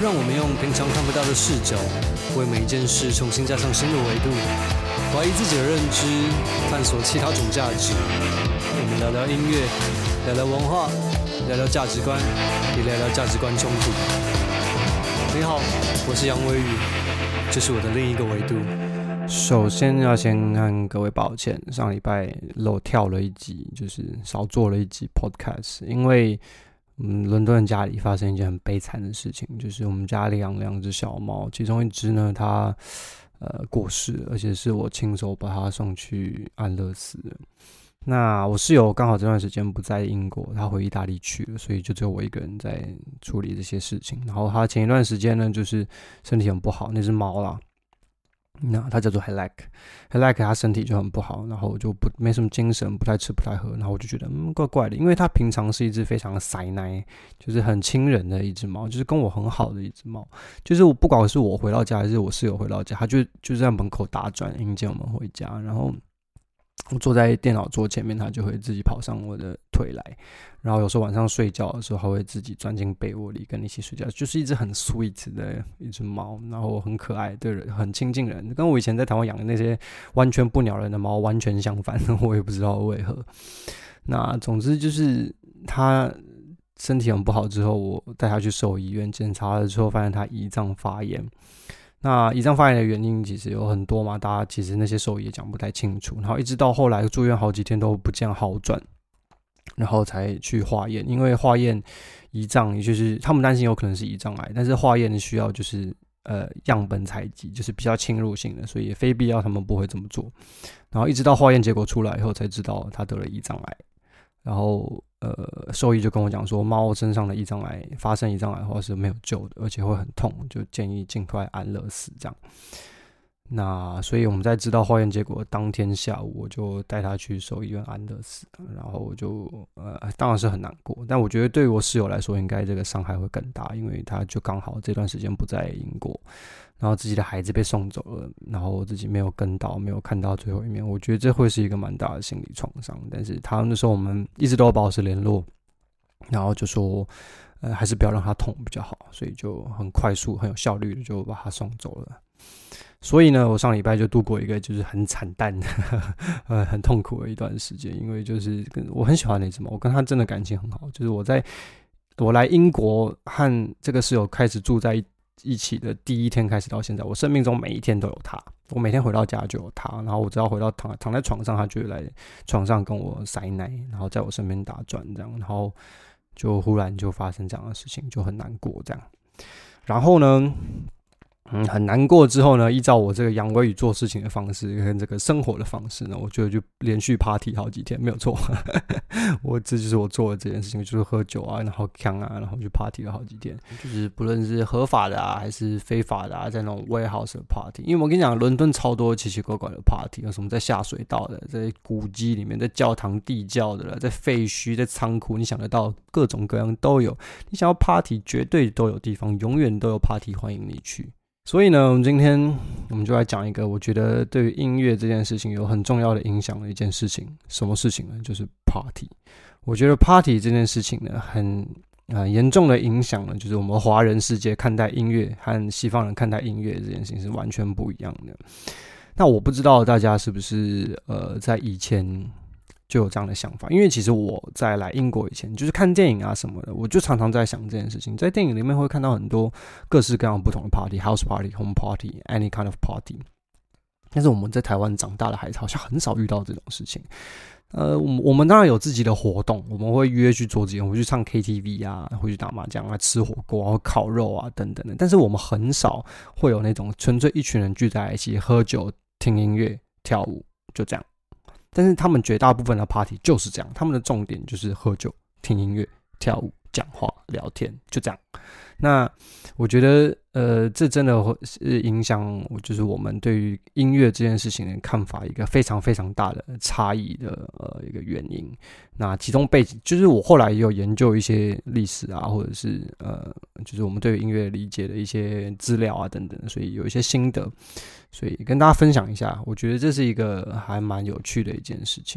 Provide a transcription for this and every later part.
让我们用平常看不到的视角，为每一件事重新加上新的维度，怀疑自己的认知，探索其他种价值。我们聊聊音乐，聊聊文化，聊聊价值观，也聊聊价值观冲突。你好，我是杨威宇，这是我的另一个维度。首先要先和各位抱歉，上礼拜漏跳了一集，就是少做了一集 podcast， 因为伦敦家里发生一件很悲惨的事情，就是我们家里养两只小猫，其中一只呢，它过世了，而且是我亲手把它送去安乐死的。那我室友刚好这段时间不在英国，他回意大利去了，所以就只有我一个人在处理这些事情。然后他前一段时间呢，就是身体很不好，那只猫啦。那它叫做 Helak， 它身体就很不好，然后我就没什么精神，不太吃不太喝，然后我就觉得怪怪的，因为它平常是一只非常塞奶，就是很亲人的一只猫，就是跟我很好的一只猫，就是不管是我回到家还是我室友回到家，它就在门口打转迎接我们回家，然后我坐在电脑桌前面，它就会自己跑上我的腿来，然后有时候晚上睡觉的时候，它会自己钻进被窝里跟你一起睡觉，就是一只很 sweet 的一只猫，然后很可爱，对人很亲近人，跟我以前在台湾养的那些完全不鸟人的猫完全相反，我也不知道为何。那总之就是它身体很不好之后，我带它去兽医院检查了之后，发现它胰脏发炎。那胰脏发炎的原因其实有很多嘛，大家其实那些兽医也讲不太清楚，然后一直到后来住院好几天都不见好转，然后才去化验，因为化验胰脏，也就是他们担心有可能是胰脏癌，但是化验需要就是样本采集，就是比较侵入性的，所以也非必要他们不会这么做。然后一直到化验结果出来以后，才知道他得了胰脏癌。然后兽医就跟我讲说，猫身上的胰脏癌发生胰脏癌的话是没有救的，而且会很痛，就建议尽快安乐死这样。那所以我们在知道化验结果当天下午，我就带他去兽医院安乐死，然后我就当然是很难过，但我觉得对于我室友来说，应该这个伤害会更大，因为他就刚好这段时间不在英国，然后自己的孩子被送走了，然后自己没有跟到，没有看到最后一面，我觉得这会是一个蛮大的心理创伤。但是他那时候我们一直都有保持联络，然后就说还是不要让他痛比较好，所以就很快速很有效率的就把他送走了。所以呢，我上礼拜就度过一个就是很惨淡的很痛苦的一段时间，因为就是我很喜欢那只猫，我跟他真的感情很好，就是我来英国和这个室友开始住在一起的第一天开始到现在，我生命中每一天都有他，我每天回到家就有他，然后我只要回到躺在床上，他就会来床上跟我塞奶，然后在我身边打转这样，然后就忽然就发生这样的事情，就很难过这样。然后呢很难过之后呢，依照我这个杨威宇做事情的方式跟这个生活的方式呢，我就连续 party 好几天，没有错。这就是我做的这件事情，就是喝酒啊，然后呛啊，然后就 party 了好几天，就是不论是合法的啊还是非法的啊，在那种 warehouse 的 party。因为我跟你讲，伦敦超多奇奇怪怪的 party， 有什么在下水道的，在古迹里面，在教堂地窖的，在废墟，在仓库，你想得到各种各样都有。你想要 party， 绝对都有地方，永远都有 party 欢迎你去。所以呢，今天我们就来讲一个我觉得对于音乐这件事情有很重要的影响的一件事情。什么事情呢？就是 party。我觉得 party 这件事情呢，很严重的影响了，就是我们华人世界看待音乐和西方人看待音乐这件事情是完全不一样的。那我不知道大家是不是在以前就有这样的想法，因为其实我在来英国以前，就是看电影啊什么的，我就常常在想这件事情。在电影里面会看到很多各式各样不同的 party，house party、home party、any kind of party。但是我们在台湾长大的孩子好像很少遇到这种事情。我们当然有自己的活动，我们会约去做这些，我们去唱 KTV 啊，会去打麻将啊，吃火锅啊，烤肉啊等等的。但是我们很少会有那种纯粹一群人聚在一起喝酒、听音乐、跳舞，就这样。但是他们绝大部分的 party 就是这样，他们的重点就是喝酒、听音乐、跳舞、讲话、聊天，就这样。那我觉得这真的会是影响就是我们对于音乐这件事情的看法一个非常非常大的差异的一个原因。那其中背景就是我后来也有研究一些历史啊，或者是就是我们对于音乐理解的一些资料啊等等，所以有一些心得，所以跟大家分享一下。我觉得这是一个还蛮有趣的一件事情。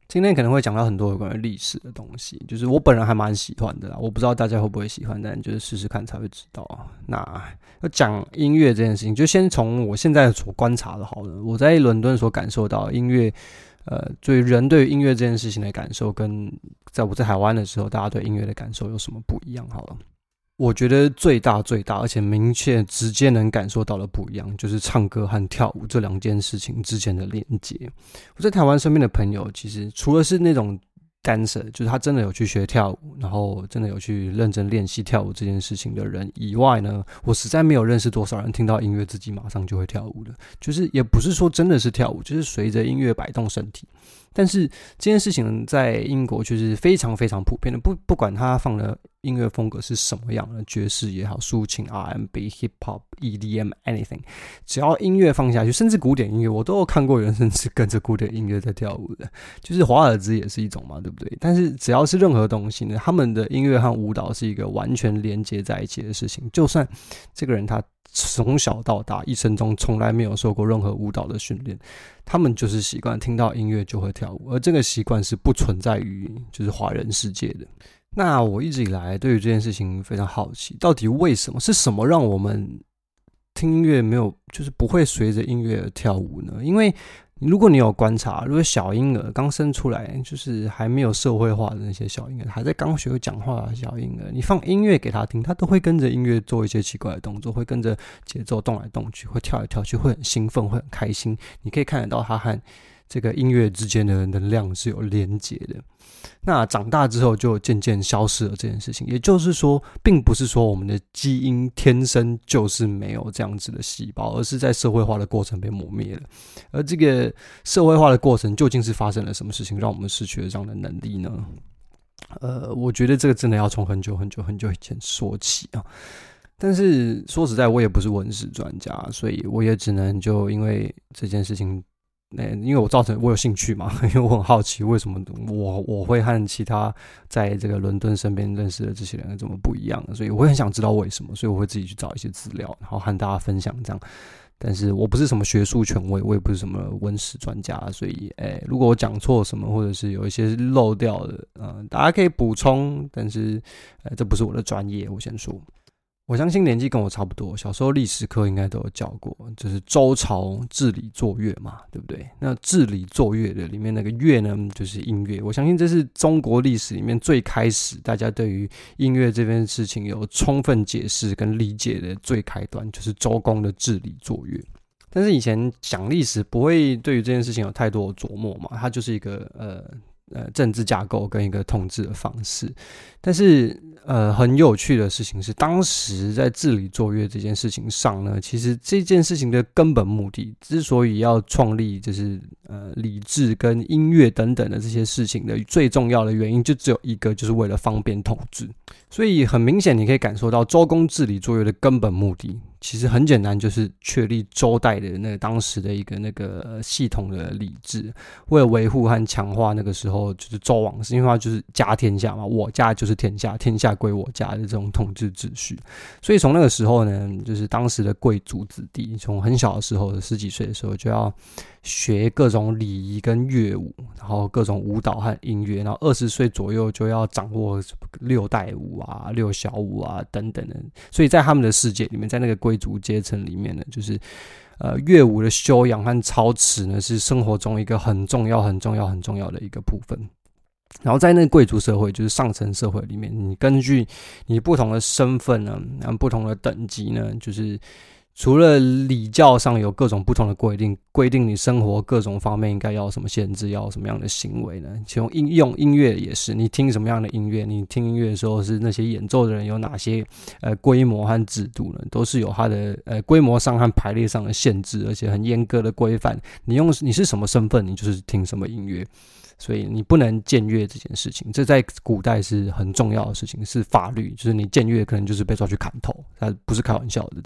今天可能会讲到很多有关于历史的东西，就是我本人还蛮喜欢的啦，我不知道大家会不会喜欢，但就是试试看才会知道啊。那要讲音乐这件事情，就先从我现在所观察的好了。我在伦敦所感受到音乐，对人对于音乐这件事情的感受，跟我在台湾的时候，大家对音乐的感受有什么不一样？好了。我觉得最大而且明确直接能感受到的不一样，就是唱歌和跳舞这两件事情之间的连结。我在台湾身边的朋友，其实除了是那种 dancer， 就是他真的有去学跳舞，然后真的有去认真练习跳舞这件事情的人以外呢，我实在没有认识多少人听到音乐自己马上就会跳舞的。就是也不是说真的是跳舞，就是随着音乐摆动身体。但是这件事情在英国却是非常非常普遍的，不管他放的音乐风格是什么样的，爵士也好，抒情 R&B、Hip Hop、EDM、anything， 只要音乐放下去，甚至古典音乐，我都有看过人甚至跟着古典音乐在跳舞的，就是华尔兹也是一种嘛，对不对？但是只要是任何东西呢，他们的音乐和舞蹈是一个完全连接在一起的事情，就算这个人他从小到大一生中从来没有受过任何舞蹈的训练，他们就是习惯听到音乐就会跳舞，而这个习惯是不存在于就是华人世界的。那我一直以来对于这件事情非常好奇，到底为什么是什么让我们听音乐没有就是不会随着音乐而跳舞呢？因为如果你有观察，如果小婴儿刚生出来，就是还没有社会化的那些小婴儿，还在刚学会讲话的小婴儿，你放音乐给他听，他都会跟着音乐做一些奇怪的动作，会跟着节奏动来动去，会跳来跳去，会很兴奋，会很开心。你可以看得到他和这个音乐之间的能量是有连结的。那长大之后就渐渐消失了这件事情，也就是说，并不是说我们的基因天生就是没有这样子的细胞，而是在社会化的过程被磨灭了。而这个社会化的过程究竟是发生了什么事情，让我们失去了这样的能力呢？我觉得这个真的要从很久以前说起啊。但是说实在，我也不是文史专家，所以我也只能就因为这件事情。因为我有兴趣嘛，因为我很好奇为什么我会和其他在这个伦敦身边认识的这些人怎么不一样，所以我会很想知道为什么，所以我会自己去找一些资料，然后和大家分享这样。但是我不是什么学术权威，我也不是什么文史专家，所以如果我讲错什么，或者是有一些漏掉的，大家可以补充，但是这不是我的专业，我先说。我相信年纪跟我差不多，小时候历史课应该都有教过，就是周朝治理作乐嘛，对不对？那治理作乐的里面那个乐呢，就是音乐。我相信这是中国历史里面最开始大家对于音乐这件事情有充分解释跟理解的最开端，就是周公的治理作乐。但是以前讲历史不会对于这件事情有太多的琢磨嘛，它就是一个政治架构跟一个统治的方式。但是很有趣的事情是，当时在治理作乐这件事情上呢，其实这件事情的根本目的，之所以要创立就是礼制跟音乐等等的这些事情的最重要的原因，就只有一个，就是为了方便统治。所以很明显，你可以感受到周公治理作乐的根本目的，其实很简单，就是确立周代的那个当时的一个那个系统的礼制，为了维护和强化那个时候就是周王室，因为他就是家天下嘛，我家就是天下，天下归我家的这种统治秩序。所以从那个时候呢，就是当时的贵族子弟，从很小的时候，10几岁的时候就要学各种礼仪跟乐舞，然后各种舞蹈和音乐，然后20岁左右就要掌握6代舞啊、6小舞啊等等的。所以在他们的世界里面，在那个贵族阶层里面呢，就是乐舞的修养和操持呢，是生活中一个很重要的一个部分。然后在那个贵族社会，就是上层社会里面，你根据你不同的身份呢，不同的等级呢，就是除了礼教上有各种不同的规定你生活各种方面应该要有什么限制，要有什么样的行为呢？其中用音乐也是，你听什么样的音乐，你听音乐的时候是那些演奏的人有哪些规模和制度呢？都是有它的规模上和排列上的限制，而且很严格的规范。你是什么身份，你就是听什么音乐。所以你不能僭越这件事情，这在古代是很重要的事情，是法律，就是你僭越可能就是被抓去砍头，它不是开玩笑的这样。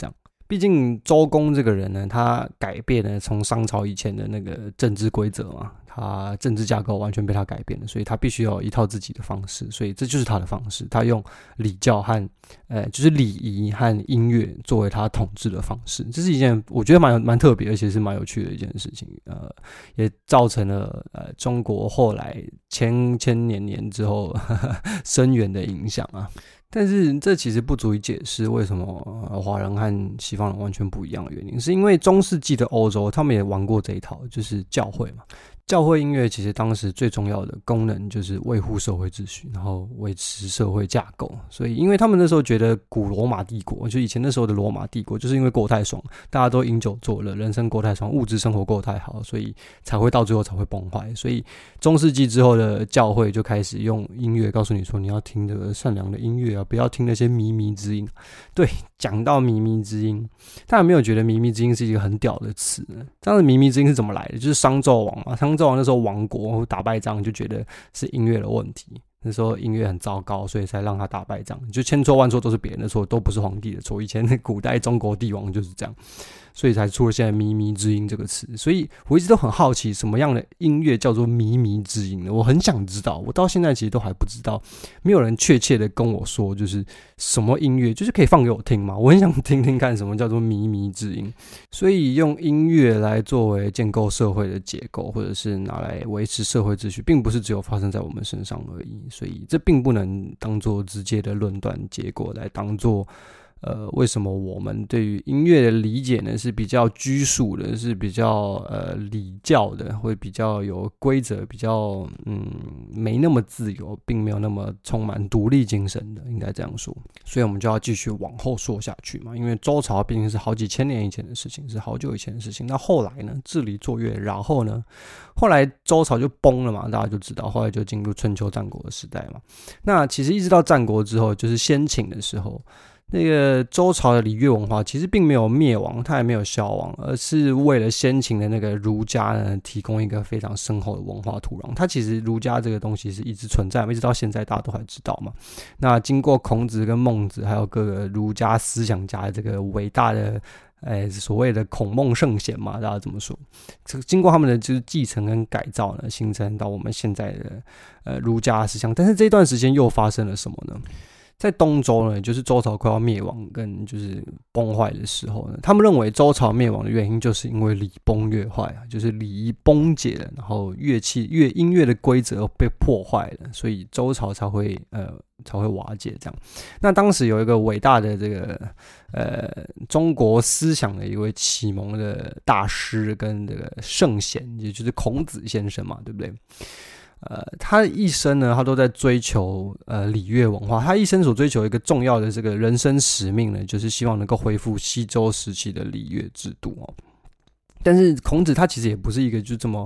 毕竟周公这个人呢，他改变了从商朝以前的那个政治规则嘛，他政治架构完全被他改变了，所以他必须要有一套自己的方式，所以这就是他的方式。他用礼教和就是礼仪和音乐作为他统治的方式，这是一件我觉得蛮特别，而且是蛮有趣的一件事情。也造成了中国后来千年之后深远的影响啊。但是这其实不足以解释为什么华人和西方人完全不一样的原因，是因为中世纪的欧洲他们也玩过这一套，就是教会嘛。教会音乐其实当时最重要的功能就是维护社会秩序，然后维持社会架构。所以因为他们那时候觉得古罗马帝国，就以前那时候的罗马帝国，就是因为过太爽，大家都饮酒作乐，人生过太爽，物质生活过太好，所以才会到最后才会崩坏。所以中世纪之后的教会就开始用音乐告诉你说，你要听这个善良的音乐啊，不要听那些靡靡之音。对，讲到靡靡之音，大家没有觉得靡靡之音是一个很屌的词呢？这样的靡靡之音是怎么来的？就是商纣王嘛，商纣王那时候亡国打败仗，就觉得是音乐的问题。那时候音乐很糟糕，所以才让他打败仗。就千错万错都是别人的错，都不是皇帝的错。以前的古代中国帝王就是这样，所以才出了现在靡靡之音这个词。所以我一直都很好奇，什么样的音乐叫做靡靡之音呢？我很想知道，我到现在其实都还不知道，没有人确切的跟我说，就是什么音乐，就是可以放给我听吗？我很想听听看什么叫做靡靡之音。所以用音乐来作为建构社会的结构，或者是拿来维持社会秩序，并不是只有发生在我们身上而已。所以这并不能当作直接的论断结果来当作为什么我们对于音乐的理解呢是比较拘束的，是比较礼教的，会比较有规则，比较没那么自由，并没有那么充满独立精神的，应该这样说。所以我们就要继续往后说下去嘛，因为周朝毕竟是好几千年以前的事情，是好久以前的事情。那后来呢，治理作乐，然后呢，后来周朝就崩了嘛，大家就知道，后来就进入春秋战国的时代嘛。那其实一直到战国之后，就是先秦的时候，那个周朝的礼乐文化其实并没有灭亡，它也没有消亡，而是为了先秦的那个儒家呢提供一个非常深厚的文化土壤。它其实儒家这个东西是一直存在，一直到现在大家都还知道嘛。那经过孔子跟孟子还有各个儒家思想家的这个伟大的所谓的孔孟圣贤嘛，大家这么说，经过他们的就是继承跟改造呢，形成到我们现在的儒家思想。但是这段时间又发生了什么呢？在东周呢，就是周朝快要灭亡跟就是崩坏的时候呢，他们认为周朝灭亡的原因就是因为礼崩乐坏啊，就是礼仪崩解了，然后音乐的规则被破坏了，所以周朝才会瓦解这样。那当时有一个伟大的这个中国思想的一位启蒙的大师跟这个圣贤，也就是孔子先生嘛，对不对？他一生呢，他都在追求礼乐文化。他一生所追求一个重要的这个人生使命呢，就是希望能够恢复西周时期的礼乐制度哦。但是孔子他其实也不是一个就这么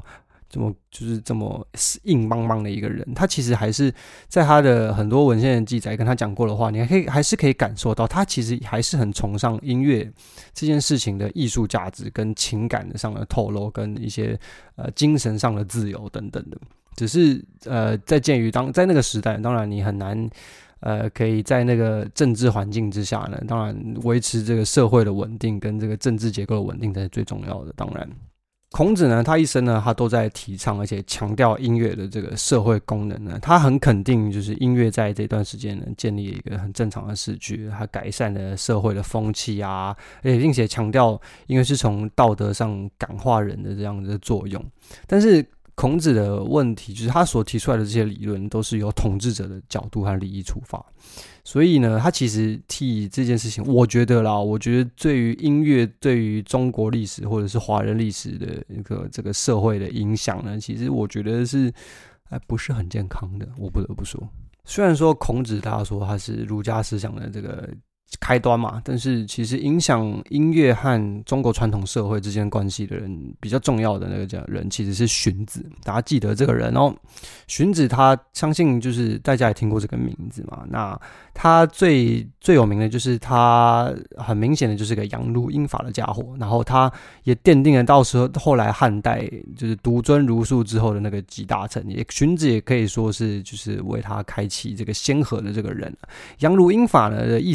硬邦邦的一个人，他其实还是在他的很多文献的记载跟他讲过的话，你还是可以感受到，他其实还是很崇尚音乐这件事情的艺术价值跟情感上的透露，跟一些精神上的自由等等的。只是在鉴于在那个时代，当然你很难可以在那个政治环境之下呢，当然维持这个社会的稳定跟这个政治结构的稳定才是最重要的。当然孔子呢，他一生呢，他都在提倡而且强调音乐的这个社会功能呢，他很肯定就是音乐在这段时间呢建立一个很正常的时局，他改善了社会的风气啊，并且强调音乐是从道德上感化人的这样的作用。但是孔子的问题就是他所提出来的这些理论都是由统治者的角度和利益出发，所以呢，他其实替这件事情，我觉得对于音乐对于中国历史或者是华人历史的一个这个社会的影响呢，其实我觉得是不是很健康的，我不得不说。虽然说孔子大家说他是儒家思想的这个开端嘛，但是其实影响音乐和中国传统社会之间关系的人比较重要的那个人其实是荀子，大家记得这个人哦。荀子他相信就是大家也听过这个名字嘛，那他最有名的就是他很明显的就是个杨儒英法的家伙，然后他也奠定了到时候后来汉代就是独尊儒术之后的那个集大成，荀子也可以说是就是为他开启这个先河的这个人。杨儒英法呢的意思是什么？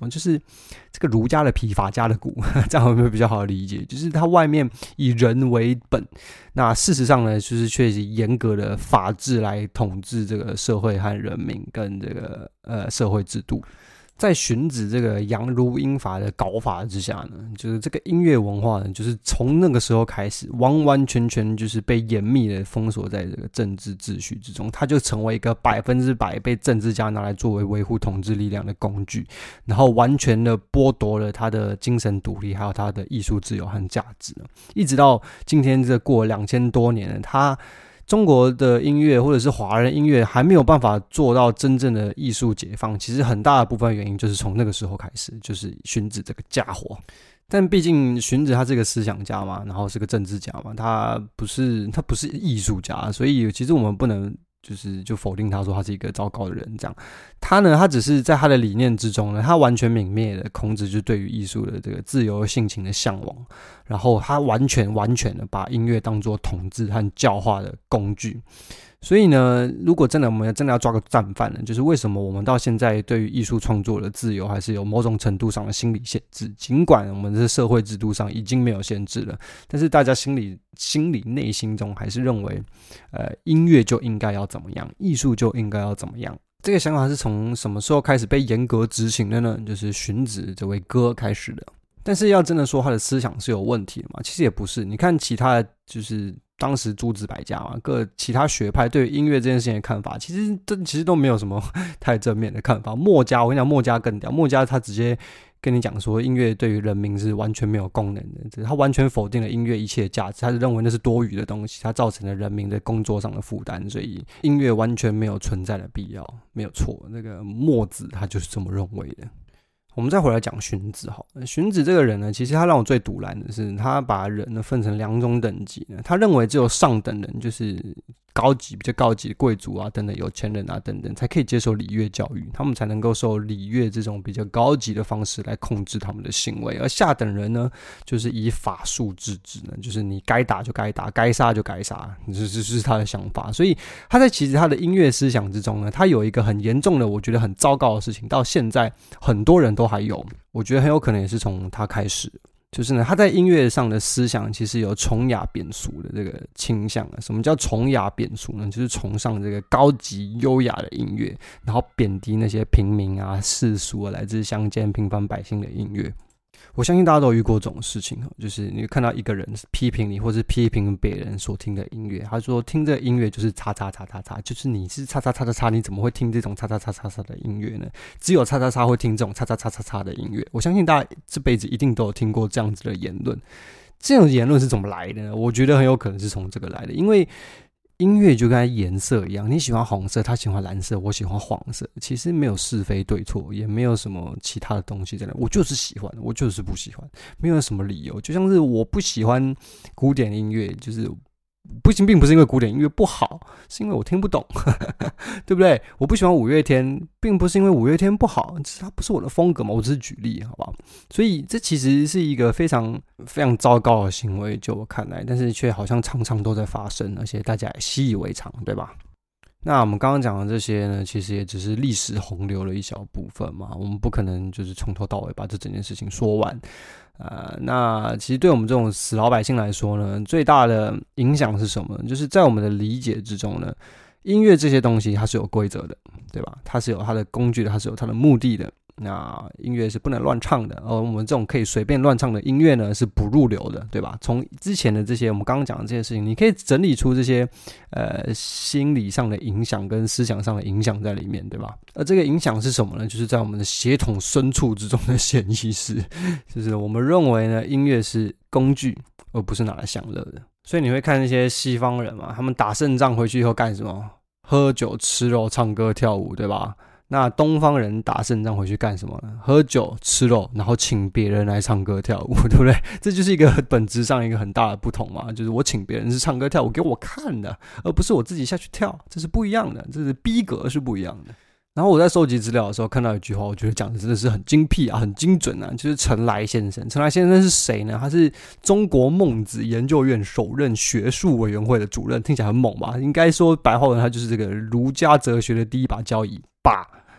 就是这个儒家的皮法家的骨，这样会不会比较好理解？就是它外面以人为本，那事实上呢，就是却以严格的法治来统治这个社会和人民跟这个社会制度。在荀子这个杨儒英法的搞法之下呢，就是这个音乐文化呢，就是从那个时候开始，完完全全就是被严密的封锁在这个政治秩序之中，它就成为一个100%被政治家拿来作为维护统治力量的工具，然后完全的剥夺了他的精神独立，还有他的艺术自由和价值。一直到今天，这过了2000多年了，中国的音乐或者是华人音乐还没有办法做到真正的艺术解放，其实很大的部分原因就是从那个时候开始，就是荀子这个家伙。但毕竟荀子他是个思想家嘛，然后是个政治家嘛，他不是艺术家，所以其实我们不能就否定他说他是一个糟糕的人这样。他只是在他的理念之中呢，他完全泯灭了孔子就对于艺术的这个自由性情的向往，然后他完全的把音乐当作统治和教化的工具。所以呢，如果我们真的要抓个战犯呢，就是为什么我们到现在对于艺术创作的自由还是有某种程度上的心理限制，尽管我们的社会制度上已经没有限制了，但是大家心里内心中还是认为音乐就应该要怎么样，艺术就应该要怎么样。这个想法是从什么时候开始被严格执行的呢？就是荀子这位哥开始的。但是要真的说他的思想是有问题的嘛，其实也不是。你看其他的就是当时诸子百家嘛，各其他学派对于音乐这件事情的看法，其实都没有什么太正面的看法。墨家，我跟你讲，墨家更屌，墨家他直接跟你讲说，音乐对于人民是完全没有功能的，他完全否定了音乐一切的价值，他是认为那是多余的东西，它造成了人民的工作上的负担，所以音乐完全没有存在的必要，没有错。那个墨子他就是这么认为的。我们再回来讲荀子好了。荀子这个人呢，其实他让我最堵拦的是，他把人呢分成2种等级呢。他认为只有上等人，就是比较高级的贵族啊等等，有钱人啊等等，才可以接受礼乐教育，他们才能够受礼乐这种比较高级的方式来控制他们的行为。而下等人呢，就是以法术治之呢，就是你该打就该打，该杀就该杀，这是他的想法。所以其实他的音乐思想之中呢，他有一个很严重的，我觉得很糟糕的事情，到现在很多人都还有，我觉得很有可能也是从他开始。就是呢，他在音乐上的思想其实有崇雅贬俗的这个倾向。什么叫崇雅贬俗呢？就是崇尚这个高级优雅的音乐，然后贬低那些平民啊、世俗啊、来自乡间平凡百姓的音乐。我相信大家都有遇过这种事情，就是你看到一个人批评你，或是批评别人所听的音乐，他说听这个音乐就是叉叉叉叉叉，就是你是叉叉叉叉叉，你怎么会听这种叉叉叉叉叉的音乐呢？只有叉叉叉会听这种叉叉叉叉叉的音乐。我相信大家这辈子一定都有听过这样子的言论。这种言论是怎么来的呢？我觉得很有可能是从这个来的，因为音乐就跟颜色一样，你喜欢红色，他喜欢蓝色，我喜欢黄色，其实没有是非对错，也没有什么其他的东西在那，我就是喜欢，我就是不喜欢，没有什么理由。就像是我不喜欢古典音乐，就是并不是因为古典音乐不好，是因为我听不懂对不对？我不喜欢五月天，并不是因为五月天不好，只是它不是我的风格嘛，我只是举例好不好？所以这其实是一个非常非常糟糕的行为，就我看来，但是却好像常常都在发生，而且大家也习以为常，对吧？那我们刚刚讲的这些呢，其实也只是历史洪流的一小部分嘛，我们不可能就是从头到尾把这整件事情说完。那其实对我们这种死老百姓来说呢，最大的影响是什么呢？就是在我们的理解之中呢，音乐这些东西它是有规则的，对吧？它是有它的工具的，它是有它的目的的。那音乐是不能乱唱的，而我们这种可以随便乱唱的音乐呢，是不入流的，对吧？从之前的这些我们刚刚讲的这些事情，你可以整理出这些心理上的影响跟思想上的影响在里面，对吧？而这个影响是什么呢？就是在我们的血统深处之中的潜意识，就是我们认为呢，音乐是工具，而不是拿来享乐的。所以你会看那些西方人嘛，他们打胜仗回去以后干什么？喝酒、吃肉、唱歌、跳舞，对吧？那东方人打胜仗回去干什么呢？喝酒吃肉，然后请别人来唱歌跳舞，对不对？这就是一个本质上一个很大的不同嘛，就是我请别人是唱歌跳舞给我看的，而不是我自己下去跳，这是不一样的，这是逼格是不一样的。然后我在收集资料的时候看到一句话，我觉得讲的真的是很精辟啊，很精准啊，就是陈来先生。陈来先生是谁呢？他是中国孟子研究院首任学术委员会的主任，听起来很猛吧？应该说白话文，他就是这个儒家哲学的第一把交椅，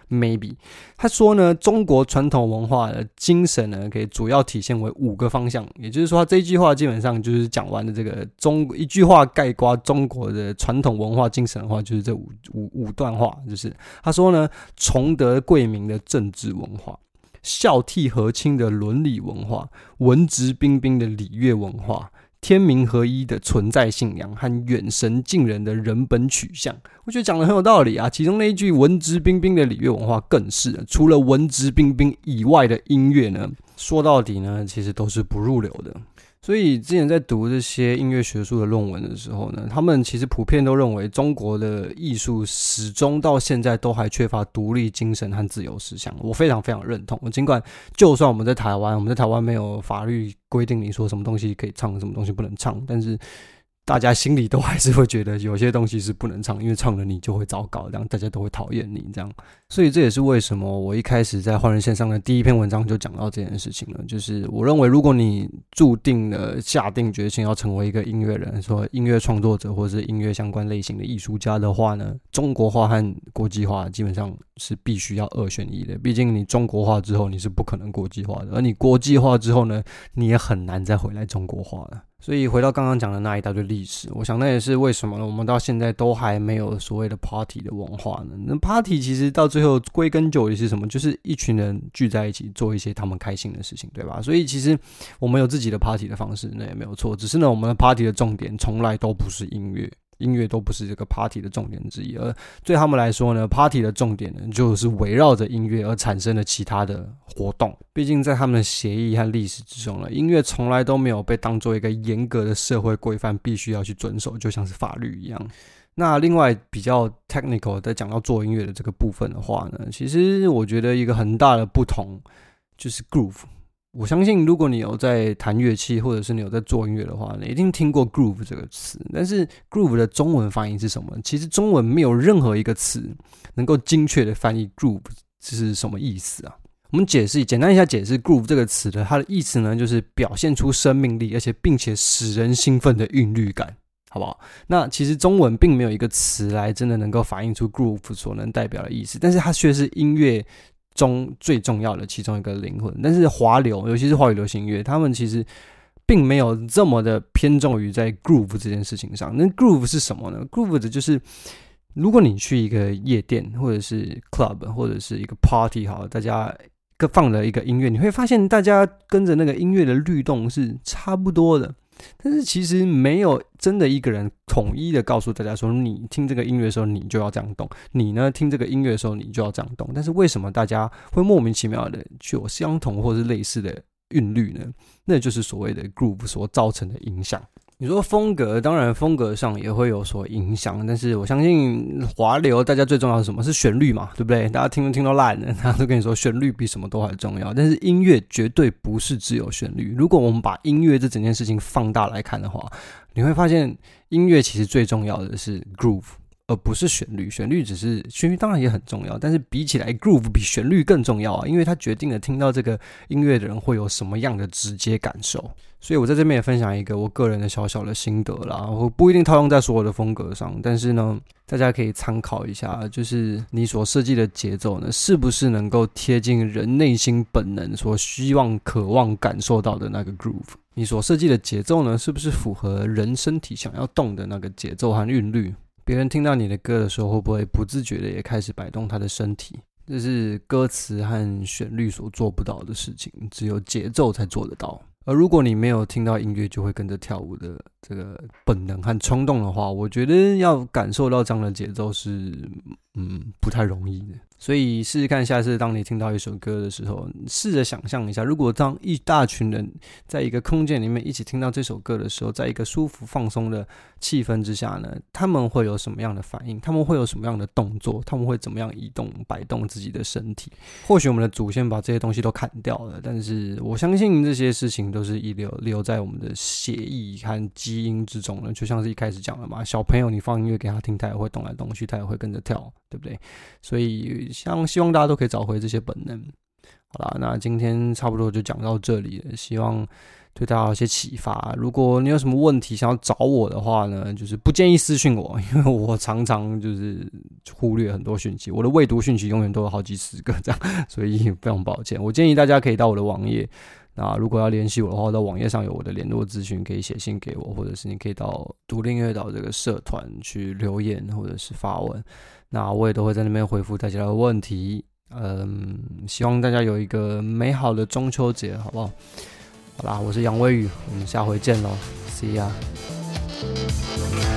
maybe。他说呢，中国传统文化的精神呢，可以主要体现为5个方向，也就是说，他这一句话基本上就是讲完的这个一句话概括中国的传统文化精神的话，就是这五段话，就是他说呢，崇德贵民的政治文化，孝悌和亲的伦理文化，文质彬彬的礼乐文化，天民合一的存在信仰和远神近人的人本取向。我觉得讲得很有道理啊，其中那一句文质彬彬的礼乐文化更是，除了文质彬彬以外的音乐呢，说到底呢，其实都是不入流的。所以之前在读这些音乐学术的论文的时候呢，他们其实普遍都认为中国的艺术始终到现在都还缺乏独立精神和自由思想。我非常非常认同。尽管就算我们在台湾没有法律规定你说什么东西可以唱，什么东西不能唱，但是大家心里都还是会觉得有些东西是不能唱，因为唱了你就会糟糕，这样大家都会讨厌你这样。所以这也是为什么我一开始在换人线上的第一篇文章就讲到这件事情了，就是我认为如果你注定了下定决心要成为一个音乐人，说音乐创作者或是音乐相关类型的艺术家的话呢，中国化和国际化基本上是必须要2选1的。毕竟你中国化之后你是不可能国际化的，而你国际化之后呢，你也很难再回来中国化了。所以回到刚刚讲的那一大堆历史，我想那也是为什么我们到现在都还没有所谓的 party 的文化呢？那 party 其实到最后归根究底是什么？就是一群人聚在一起做一些他们开心的事情，对吧？所以其实我们有自己的 party 的方式，那也没有错。只是呢，我们的 party 的重点从来都不是音乐。音乐都不是这个 party 的重点之一，而对他们来说呢 ，party 的重点呢，就是围绕着音乐而产生的其他的活动。毕竟在他们的协议和历史之中呢，音乐从来都没有被当作一个严格的社会规范，必须要去遵守，就像是法律一样。那另外比较 technical 在讲到做音乐的这个部分的话呢，其实我觉得一个很大的不同就是 groove。我相信如果你有在弹乐器或者是你有在做音乐的话，你一定听过 groove 这个词。但是 groove 的中文翻译是什么？其实中文没有任何一个词能够精确的翻译 groove 是什么意思啊。我们简单一下解释 groove 这个词的，它的意思呢，就是表现出生命力而且并且使人兴奋的韵律感，好不好？那其实中文并没有一个词来真的能够反映出 groove 所能代表的意思，但是它却是音乐中最重要的其中一个灵魂。但是华流，尤其是华语流行乐，他们其实并没有这么的偏重于在 groove 这件事情上。那 groove 是什么呢？ groove 的就是如果你去一个夜店或者是 club 或者是一个 party 好，大家放了一个音乐，你会发现大家跟着那个音乐的律动是差不多的，但是其实没有真的一个人统一的告诉大家说，你听这个音乐的时候你就要这样动，你呢听这个音乐的时候你就要这样动。但是为什么大家会莫名其妙的具有相同或是类似的韵律呢？那就是所谓的 groove 所造成的影响。你说风格，当然风格上也会有所影响，但是我相信华流大家最重要的是什么？是旋律嘛，对不对？大家听到烂了，大家都跟你说旋律比什么都还重要。但是音乐绝对不是只有旋律。如果我们把音乐这整件事情放大来看的话，你会发现音乐其实最重要的是 groove，而不是旋律。旋律当然也很重要，但是比起来 groove 比旋律更重要啊，因为它决定了听到这个音乐的人会有什么样的直接感受。所以我在这边也分享一个我个人的小小的心得啦，我不一定套用在所有的风格上，但是呢大家可以参考一下，就是你所设计的节奏呢，是不是能够贴近人内心本能所希望渴望感受到的那个 groove。 你所设计的节奏呢，是不是符合人身体想要动的那个节奏和韵律？别人听到你的歌的时候，会不会不自觉的也开始摆动他的身体？这是歌词和旋律所做不到的事情，只有节奏才做得到。而如果你没有听到音乐就会跟着跳舞的这个本能和冲动的话，我觉得要感受到这样的节奏是不太容易的。所以试试看，下次当你听到一首歌的时候，试着想象一下，如果当一大群人在一个空间里面一起听到这首歌的时候，在一个舒服放松的气氛之下呢，他们会有什么样的反应？他们会有什么样的动作？他们会怎么样移动摆动自己的身体？或许我们的祖先把这些东西都砍掉了，但是我相信这些事情都是留在我们的血液和基因之中了。就像是一开始讲的嘛，小朋友你放音乐给他听，他也会动来动去，他也会跟着跳，对不对？所以希望大家都可以找回这些本能。好啦，那今天差不多就讲到这里了，希望对大家有些启发。如果你有什么问题想要找我的话呢，就是不建议私讯我，因为我常常就是忽略很多讯息，我的未读讯息永远都有好几十个这样，所以非常抱歉。我建议大家可以到我的网页，那如果要联系我的话，到网页上有我的联络资讯，可以写信给我，或者是你可以到独立音乐岛这个社团去留言或者是发问，那我也都会在那边回复大家的问题。希望大家有一个美好的中秋节，好不好？好啦，我是杨威宇，我们下回见咯 ，See ya。